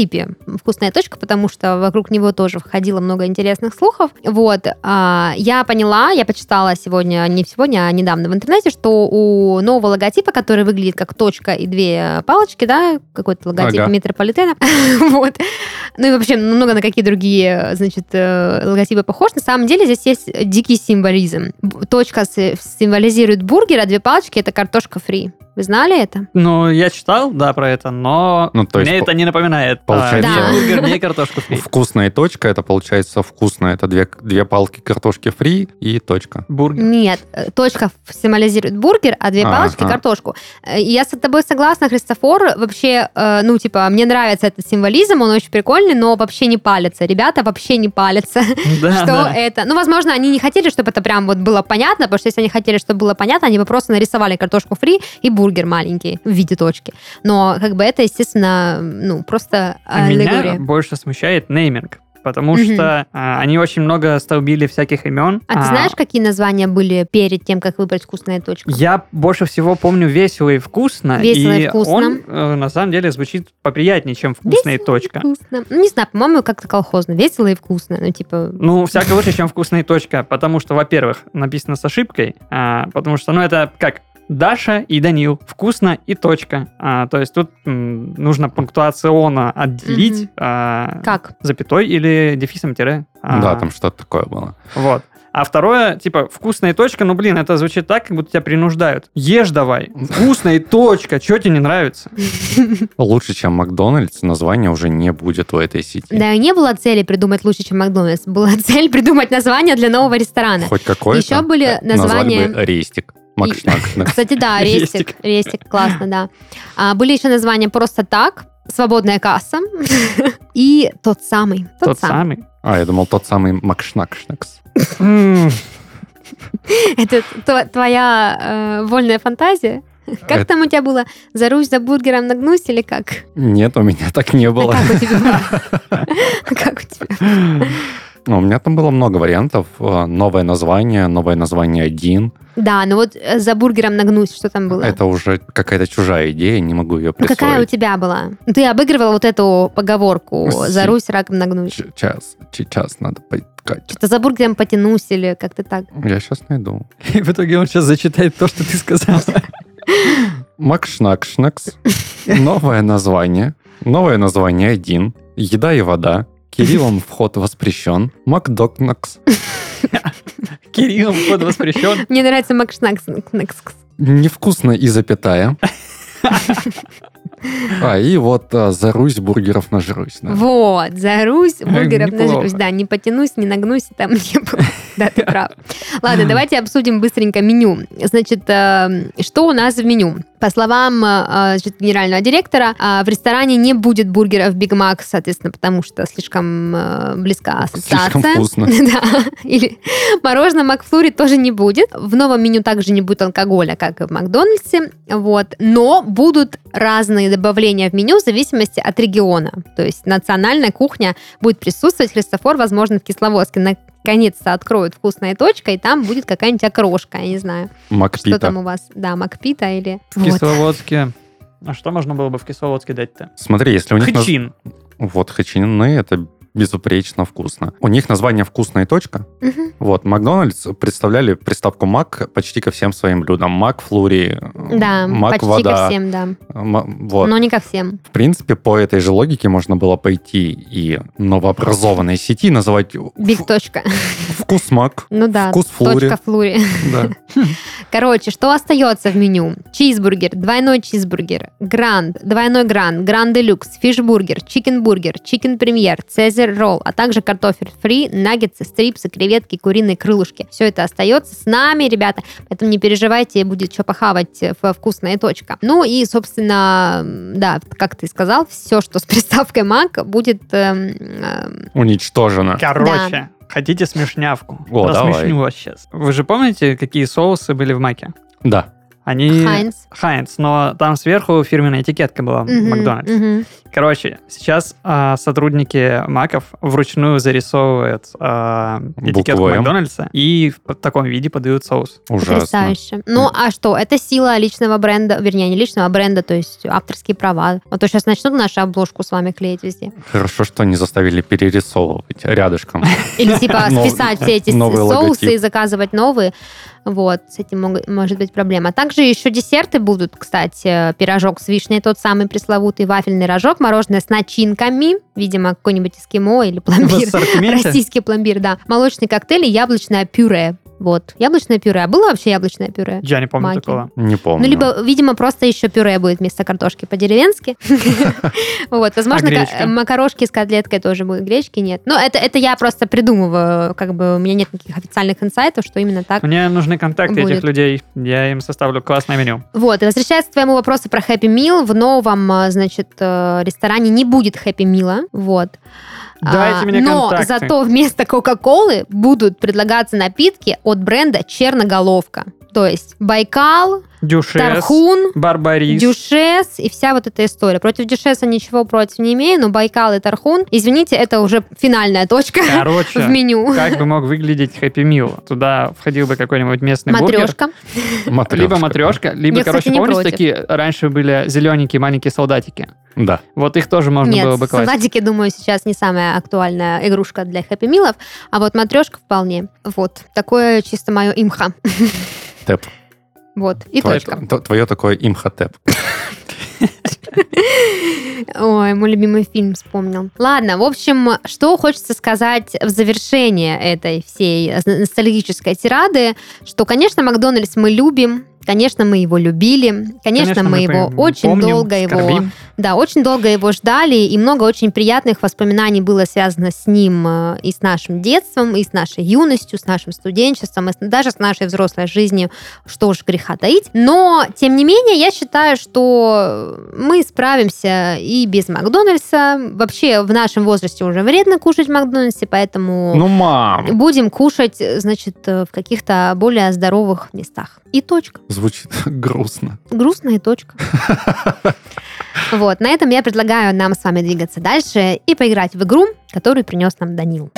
принципе, вкусная точка, потому что вокруг него тоже входило много интересных слухов. Вот. А, я поняла, я почитала сегодня, не сегодня, а недавно в интернете, что у нового логотипа, который выглядит как точка и две палочки, да, какой-то логотип Ага. метрополитена, вот. Ну и вообще много на какие другие, значит, э, логотипы похож. На самом деле здесь есть дикий символизм. Б- Точка с- символизирует бургер, а две палочки — это картошка фри. Вы знали это? Ну, я читал, да, про это, но Ну, то есть мне по- это не напоминает. получается- а, Да. ни бургер, ни картошку фри. Вкусная точка, это получается вкусная. Это две, две палки картошки фри и точка. Бургер. Нет, э, точка ф- символизирует бургер, а две Ага. палочки — картошку. Э, и Я с тобой согласна, Христофор. Вообще, э, ну, типа, мне нравится этот символизм, он очень прикольный, но вообще не палится. Ребята вообще не палятся. Да, Что да. это? Ну, возможно, они не хотели, чтобы это прям вот было понятно, потому что если они хотели, чтобы было понятно, они бы просто нарисовали картошку фри и бургер маленький в виде точки. Но как бы это, естественно, ну, просто А Меня аллегория. больше смущает нейминг, потому Мгм. что а, они очень много столбили всяких имен. А ты знаешь, какие названия были перед тем, как выбрать вкусная точка? Я больше всего помню «Весело и вкусно», «Весело и и вкусно». он э, на самом деле звучит поприятнее, чем «Вкусная Весело и точка». Вкусно. Ну, не знаю, по-моему, как-то колхозно. Весело и вкусно. Ну, типа... Ну, всяко лучше, чем «Вкусная точка», потому что, во-первых, написано с ошибкой, а, потому что, ну, это как Даша и Данил, вкусно и точка. А, то есть тут м, нужно пунктуационно отделить Мгм. а, Как? запятой или дефисом тире. А, Да, там что-то такое было. Вот. А второе, типа, вкусная точка, ну, блин, это звучит так, как будто тебя принуждают. Ешь давай. Вкусная точка. Что тебе не нравится? Лучше, чем Макдональдс, названия уже не будет у этой сети. Да, не было цели придумать лучше, чем Макдональдс. Была цель придумать название для нового ресторана. Хоть какое-то. Еще были э, названия- Назвали бы Рестик. Макшнак. Кстати, да, рестик. Рестик, классно, да. А, были еще названия просто так, свободная касса и тот самый. Тот самый. А, я думал, тот самый Макшнакшнакс. М, Это тво- твоя э, вольная фантазия? Как Это- там у тебя было? За Русь, за бургером нагнусь или как? Нет, у меня так не А было. как у тебя было? А как у тебя? Ну, у меня там было много вариантов. Э, Новое название, новое название один. Да, ну вот э, за бургером нагнусь, что там было? Это уже какая-то чужая идея, не могу ее Ну, какая у присвоить. тебя была? Ты обыгрывал вот эту поговорку Си- «За Русь, раком нагнусь». Сейчас, сейчас надо поискать. Что-то за бургером потянусь или как-то так. Я сейчас найду. И в итоге он сейчас зачитает то, что ты сказал. Макшнакшнакс. Новое название. Новое название один. Еда и вода. Кириллом вход воспрещен. Макдокнакс. Кирилл, вход воспрещен. Мне нравится Макшнакс. Невкусно и запятая. А, и вот а, за Русь бургеров нажрусь. Да. Вот, за Русь, бургеров неплохо. нажрусь. Да, не потянусь, не нагнусь, там не было. Да, ты прав. Ладно, давайте обсудим быстренько меню. Значит, э, что у нас в меню? По словам э, значит, генерального директора, э, в ресторане не будет бургеров Биг Мак, соответственно, потому что слишком э, близка ассоциация. Слишком вкусно. Да. Или мороженое Макфлури тоже не будет. В новом меню также не будет алкоголя, как и в Макдональдсе. Вот. Но будут разные добавления в меню в зависимости от региона. То есть национальная кухня будет присутствовать. Христофор, возможно, в Кисловодске наконец-то откроют вкусная точка, и там будет какая-нибудь окрошка, я не знаю. Макпита. Что там у вас? Да, Макпита или... В Кисловодске. А что можно было бы в Кисловодске дать-то? Смотри, если у них... наз- Хычин. Вот, хачины, это безупречно вкусно. У них название «Вкусная точка». Мгм. Вот, Макдональдс представляли приставку «Мак» почти ко всем своим блюдам. Мак, флури, Да, мак, почти вода. ко всем, да. М- Вот. Но не ко всем. В принципе, по этой же логике можно было пойти и новообразованной сети называть Биг ф- точка. «Вкус Мак». Ну да, Вкус флури. точка флури. Да. Короче, что остается в меню? Чизбургер, двойной чизбургер, гранд, двойной гранд, гранд делюкс, фишбургер, чикенбургер, чикен премьер, цезарь ролл, а также картофель фри, наггетсы, стрипсы, креветки, куриные крылышки. Все это остается с нами, ребята. Поэтому не переживайте, будет что похавать в вкусная точка. Ну и, собственно, да, как ты сказал, все, что с приставкой Мак, будет... эм, эм, Уничтожено. Короче, хотите смешнявку? О, Рассмешню давай. вас сейчас. Вы же помните, какие соусы были в маке? Да. Они... Хайнц. Хайнц, но там сверху фирменная этикетка была Мгм, Макдональдс. мгм. Короче, сейчас а, сотрудники Маков вручную зарисовывают а, этикетку Букву «М». Макдональдса и в таком виде подают соус. Ужасно. Потрясающе. Ну, а что? Это сила личного бренда, вернее, не личного, а бренда, то есть авторские права. А то сейчас начнут нашу обложку с вами клеить везде. Хорошо, что не заставили перерисовывать рядышком. Или типа Нов- списать все эти новый соусы логотип. и заказывать новые. Вот, с этим мог- может быть проблема. Также еще десерты будут, кстати, пирожок с вишней, тот самый пресловутый вафельный рожок, мороженое с начинками, видимо, какой-нибудь эскимо или В пломбир. ассортименте? Российский пломбир, да. Молочный коктейль и яблочное пюре. Вот, яблочное пюре. А было вообще яблочное пюре? Я не помню Маки. такого. Не помню. Ну, либо, видимо, просто еще пюре будет вместо картошки по-деревенски. Вот, возможно, А гречка? ка- макарошки с котлеткой тоже будут, гречки нет. Но это, это я просто придумываю, как бы у меня нет никаких официальных инсайтов, что именно так. Мне нужны контакты Будет. этих людей. Я им составлю классное меню. Вот, и возвращаясь к твоему вопросу про Happy Meal, в новом, а, значит, э, ресторане не будет Happy Meal, вот. Дайте А, мне но контакты. зато вместо Кока-Колы будут предлагаться напитки от бренда Черноголовка. То есть Байкал, Дюшес, Тархун, Барбарис. Дюшес и вся вот эта история. Против Дюшеса ничего против не имею, но Байкал и Тархун, извините, это уже финальная точка Короче, в меню. как бы мог выглядеть Happy Meal? Туда входил бы какой-нибудь местный бургер. Матрешка. Матрешка. Либо матрешка, либо, Я, короче, кстати, не помните, против. такие раньше были зелененькие маленькие солдатики? Да. Вот их тоже можно Нет, было бы класть. салатики, думаю, сейчас не самая актуальная игрушка для Happy Meal'ов, а вот матрешка вполне. Вот, такое чисто мое имха. Тэп. Вот, и Твое- точка. т- Твое такое имхотеп. Ой, мой любимый фильм вспомнил. Ладно, в общем, что хочется сказать в завершение этой всей ностальгической тирады, что, конечно, Макдональдс мы любим, конечно, мы его любили, конечно, мы его пом- очень помним, долго его... скорбим. Да, очень долго его ждали, и много очень приятных воспоминаний было связано с ним э, и с нашим детством, и с нашей юностью, с нашим студенчеством, и с- даже с нашей взрослой жизнью, что уж греха таить. Но, тем не менее, я считаю, что мы справимся и без Макдональдса. Вообще, в нашем возрасте уже вредно кушать в Макдональдсе, поэтому Ну, мам! будем кушать, значит, э, в каких-то более здоровых местах. И точка. Звучит грустно. Грустно и точка. Вот, на этом я предлагаю нам с вами двигаться дальше и поиграть в игру, которую принес нам Данил.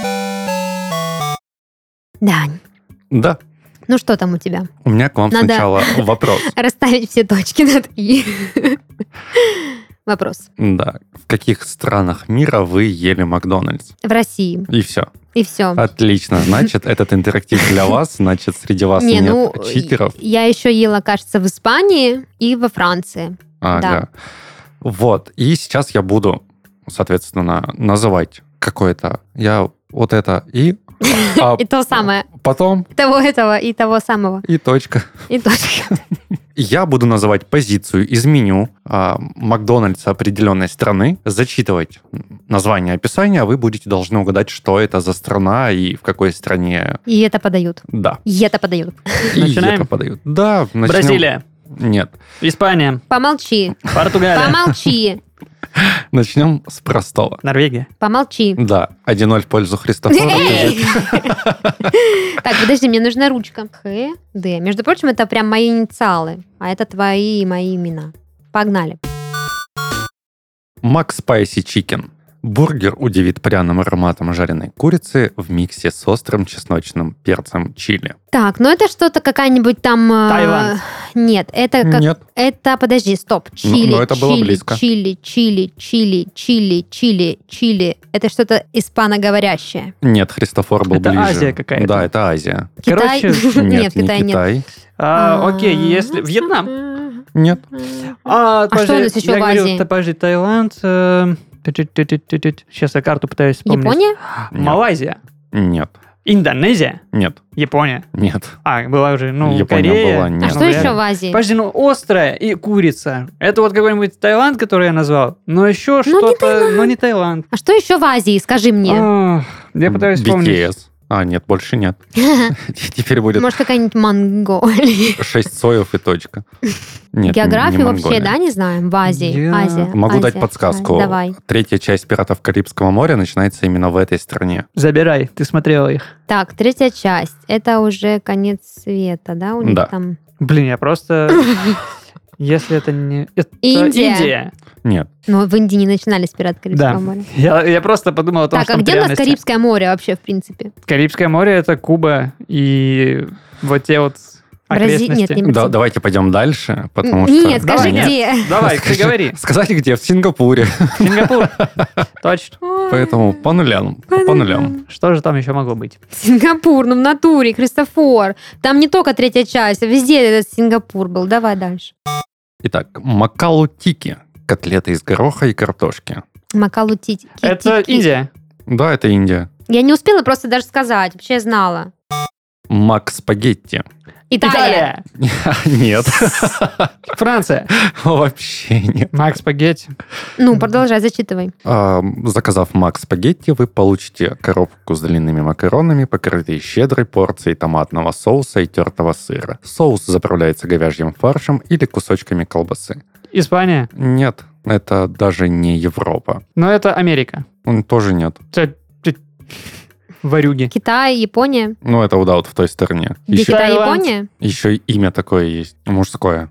Дань, Да. ну что там у тебя? У меня к вам Надо- сначала вопрос. Расставить все точки над «и». Вопрос. Да. В каких странах мира вы ели Макдональдс? В России. И все. И все. Отлично. Значит, этот интерактив для вас. Значит, среди вас Не, нет ну, читеров. я еще ела, кажется, в Испании и во Франции. Ага. Вот. И сейчас я буду, соответственно, называть какое-то... Я вот это и... а И то самое. Потом Того этого и того самого. и точка. И точка. Я буду называть позицию из меню а, Макдональдса определенной страны, зачитывать название описания, а вы будете должны угадать, что это за страна и в какой стране... И это подают. Да. И это подают. И Начинаем? это подают. Да, начнем. Бразилия, Нет. Испания, Помолчи. Португалия, Помолчи. Начнем с простого. Норвегия. Помолчи. Да, один ноль в пользу Христофора. Эй! Так, подожди, мне нужна ручка. Х, Д. Между прочим, это прям мои инициалы. А это твои и мои имена. Погнали. Мак Спайси Чикен. Бургер удивит пряным ароматом жареной курицы в миксе с острым чесночным перцем чили. Так, ну это что-то какая-нибудь там... э, Таиланд. Нет, это как... Нет. Это, подожди, стоп. Чили, но это было чили, близко. чили, чили, чили, чили, чили, чили. Это что-то испаноговорящее. Нет, Христофор был Это ближе. Азия какая-то. Да, это Азия. Китай? Короче, Нет, в не Китае нет. Китай. А, окей, если... Вьетнам. Нет. А, А что у нас еще я в говорю, Азии? та- подожди, Таиланд. э, тю-тю-тю-тю-тю-тю. Сейчас я карту пытаюсь вспомнить. Япония? Малайзия. Нет. Индонезия. Нет. Япония. Нет. А, была уже, ну, Япония Корея. была, А нет. что Ну, еще вряд в Азии? Подожди, ну острая и курица. Это вот какой-нибудь Таиланд, который я назвал. Но еще Ну, не что-то, но не Таиланд. А что еще в Азии? Скажи мне. Ах, я пытаюсь би кей вспомнить. эс. А, нет, больше нет. Теперь будет Может, какая-нибудь Монголия? шесть соев и точка. Нет, Географию не вообще, Монголия. да, не знаем? В Азии. Я Азия. Могу дать Азия. подсказку. Давай. Третья часть «Пиратов Карибского моря» начинается именно в этой стране. Забирай, ты смотрела их. Так, третья часть. Это уже конец света, да? У них Да. там... Блин, я просто... Если это не... Это Индия. Индия. Нет. Но в Индии не начинались пираты Карибского Да. моря. Я, я просто подумал о том, Так, что а там где у нас реальности. Карибское море вообще, в принципе? Карибское море — это Куба и вот те вот Брази- окрестности. нет, не Да, Бразилия. давайте пойдем дальше, потому что... Нет, скажи, Давай, нет. где. Давай, ты говори. Сказать где? В Сингапуре. Сингапур. Точно. Поэтому по нулям. По нулям. Что же там еще могло быть? Сингапур, ну в натуре, Христофор. Там не только третья часть, а везде этот Сингапур был. Давай дальше. Итак, макалу-тики. Котлеты из гороха и картошки. Макалу Тити. Это Индия. Да, это Индия. Я не успела просто даже сказать. Вообще я знала. Мак-спагетти. Италия. Нет. Франция. Вообще нет. Макс Спагетти. Ну, продолжай, зачитывай. А, Заказав мак-спагетти, вы получите коробку с длинными макаронами, покрытые щедрой порцией томатного соуса и тертого сыра. Соус заправляется говяжьим фаршем или кусочками колбасы. Испания. Нет, это даже не Европа. Но это Америка. Он тоже нет. Т- т- Варюги. Китай, Япония. Ну, это да, вот в той стороне. Где Еще, Китай, Таиланд. Япония? еще имя такое есть, мужское.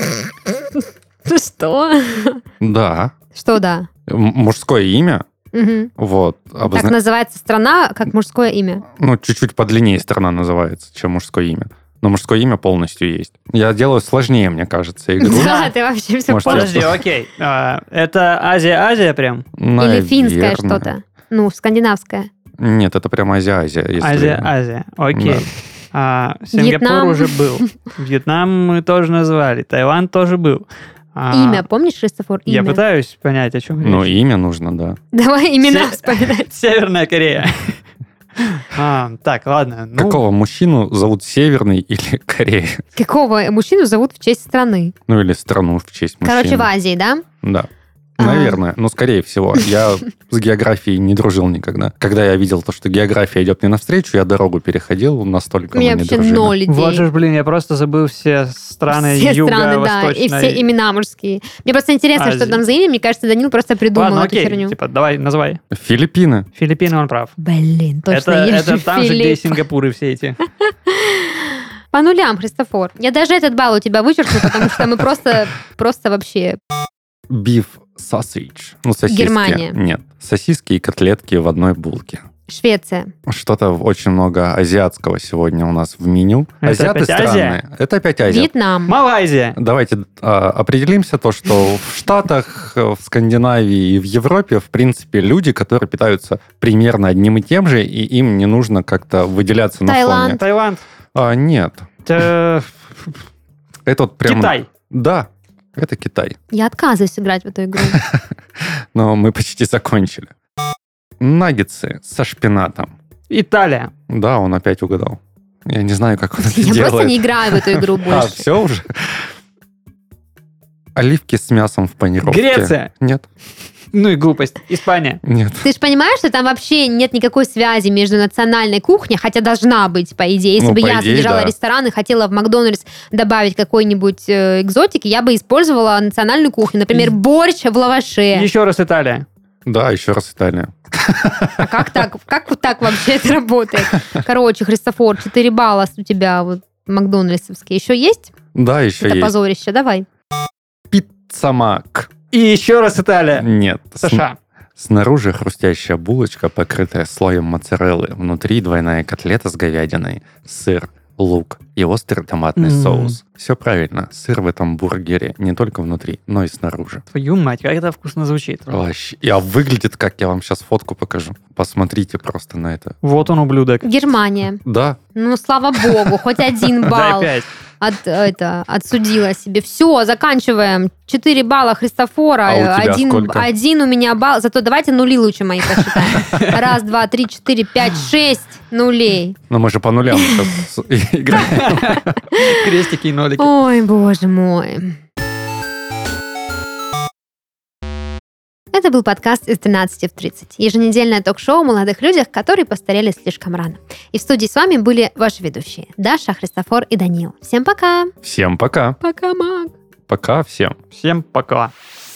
Что? Да, Что да? м- мужское имя, Мгм. вот, Так обозна- называется страна, как мужское имя. ну, чуть-чуть подлиннее страна называется, чем мужское имя. Но мужское имя полностью есть. Я делаю сложнее, мне кажется, игру. Да, ты вообще все Может, понял. Подожди, окей. А, это Азия-Азия прям? Или финское Наверное. что-то. Ну, скандинавское. Нет, это прямо Азия-Азия. если- Азия-Азия. Окей. Да. А, Сингапур Вьетнам. уже был. Вьетнам мы тоже назвали. Таиланд тоже был. А, Имя, помнишь, Христофор? Я Имя. пытаюсь понять, о чем Ну, речь. имя нужно, да. Давай имена Се- вспоминать. Северная Корея. А, так, ладно. Ну, Какого мужчину зовут Северный или Корея? Какого мужчину зовут в честь страны? Ну, или страну в честь мужчины. Короче, в Азии, да? Да. А. Наверное. Ну, скорее всего. Я с географией не дружил никогда. Когда я видел то, что география идет мне навстречу, я дорогу переходил, настолько У мы меня не вообще дружили. ноль идей. вот же, блин, я просто забыл все страны Все страны, да, юго-восточной. и все имена мужские. Мне просто интересно, что Азии. там за имя. Мне кажется, Данил просто придумал Ладно, эту окей, херню. типа, давай, называй. Филиппины. Филиппины, он прав. Блин, точно, это я это же там же, где и Филипп. Сингапур и все эти. По нулям, Христофор. Я даже этот балл у тебя вычеркну, потому что мы просто, просто вообще... Beef sausage. Ну, сосиски. Германия. Нет. Сосиски и котлетки в одной булке. Швеция. Что-то очень много азиатского сегодня у нас в меню. Это Азиаты опять странные. Азия? Это опять Азия. Вьетнам. Малайзия. Давайте а, определимся то, что в Штатах, в Скандинавии и в Европе, в принципе, люди, которые питаются примерно одним и тем же, и им не нужно как-то выделяться на Таиланд. фоне. Таиланд. А, нет. Т- Это вот прям... Китай. Да, это Китай. Я отказываюсь играть в эту игру. Но мы почти закончили. Наггетсы со шпинатом. Италия. Да, он опять угадал. Я не знаю, как он это Я делает. просто не играю в эту игру А, больше. все уже? Оливки с мясом в панировке. Греция. Нет, Ну и глупость. Испания. нет. Ты же понимаешь, что там вообще нет никакой связи между национальной кухней, хотя должна быть, по идее. Если Ну, бы по я идее, содержала да. ресторан и хотела в Макдональдс добавить какой-нибудь э, экзотики, я бы использовала национальную кухню. Например, борщ в лаваше. Еще раз Италия. Да, еще раз Италия. А как так? Как вот так вообще это работает? Короче, Христофор, четыре балла у тебя вот макдональдсовские. Еще есть? Да, еще Это есть. позорище. Давай. Пиццамак. И еще раз Италия. Нет. С- США. Снаружи хрустящая булочка, покрытая слоем моцареллы. Внутри двойная котлета с говядиной, сыр, лук и острый томатный М. соус. Все правильно. Сыр в этом бургере не только внутри, но и снаружи. Твою мать, как это вкусно звучит. Вообще. А выглядит как, я вам сейчас фотку покажу. Посмотрите просто на это. Вот он, ублюдок. Германия. Да, Ну, слава богу, хоть один Дай балл пять. от, это, отсудила себе. Все, заканчиваем. Четыре балла Христофора. А у тебя один, сколько? один у меня балл. Зато давайте нули лучше мои посчитаем. Раз, два, три, четыре, пять, шесть нулей. но мы же по нулям сейчас играем. Крестики и нолики. Ой, боже мой. Это был подкаст из двенадцати в тридцать. Еженедельное ток-шоу о молодых людях, которые постарели слишком рано. И в студии с вами были ваши ведущие Даша, Христофор и Данил. Всем пока! Всем пока. Пока, Мак! Пока всем. Всем пока.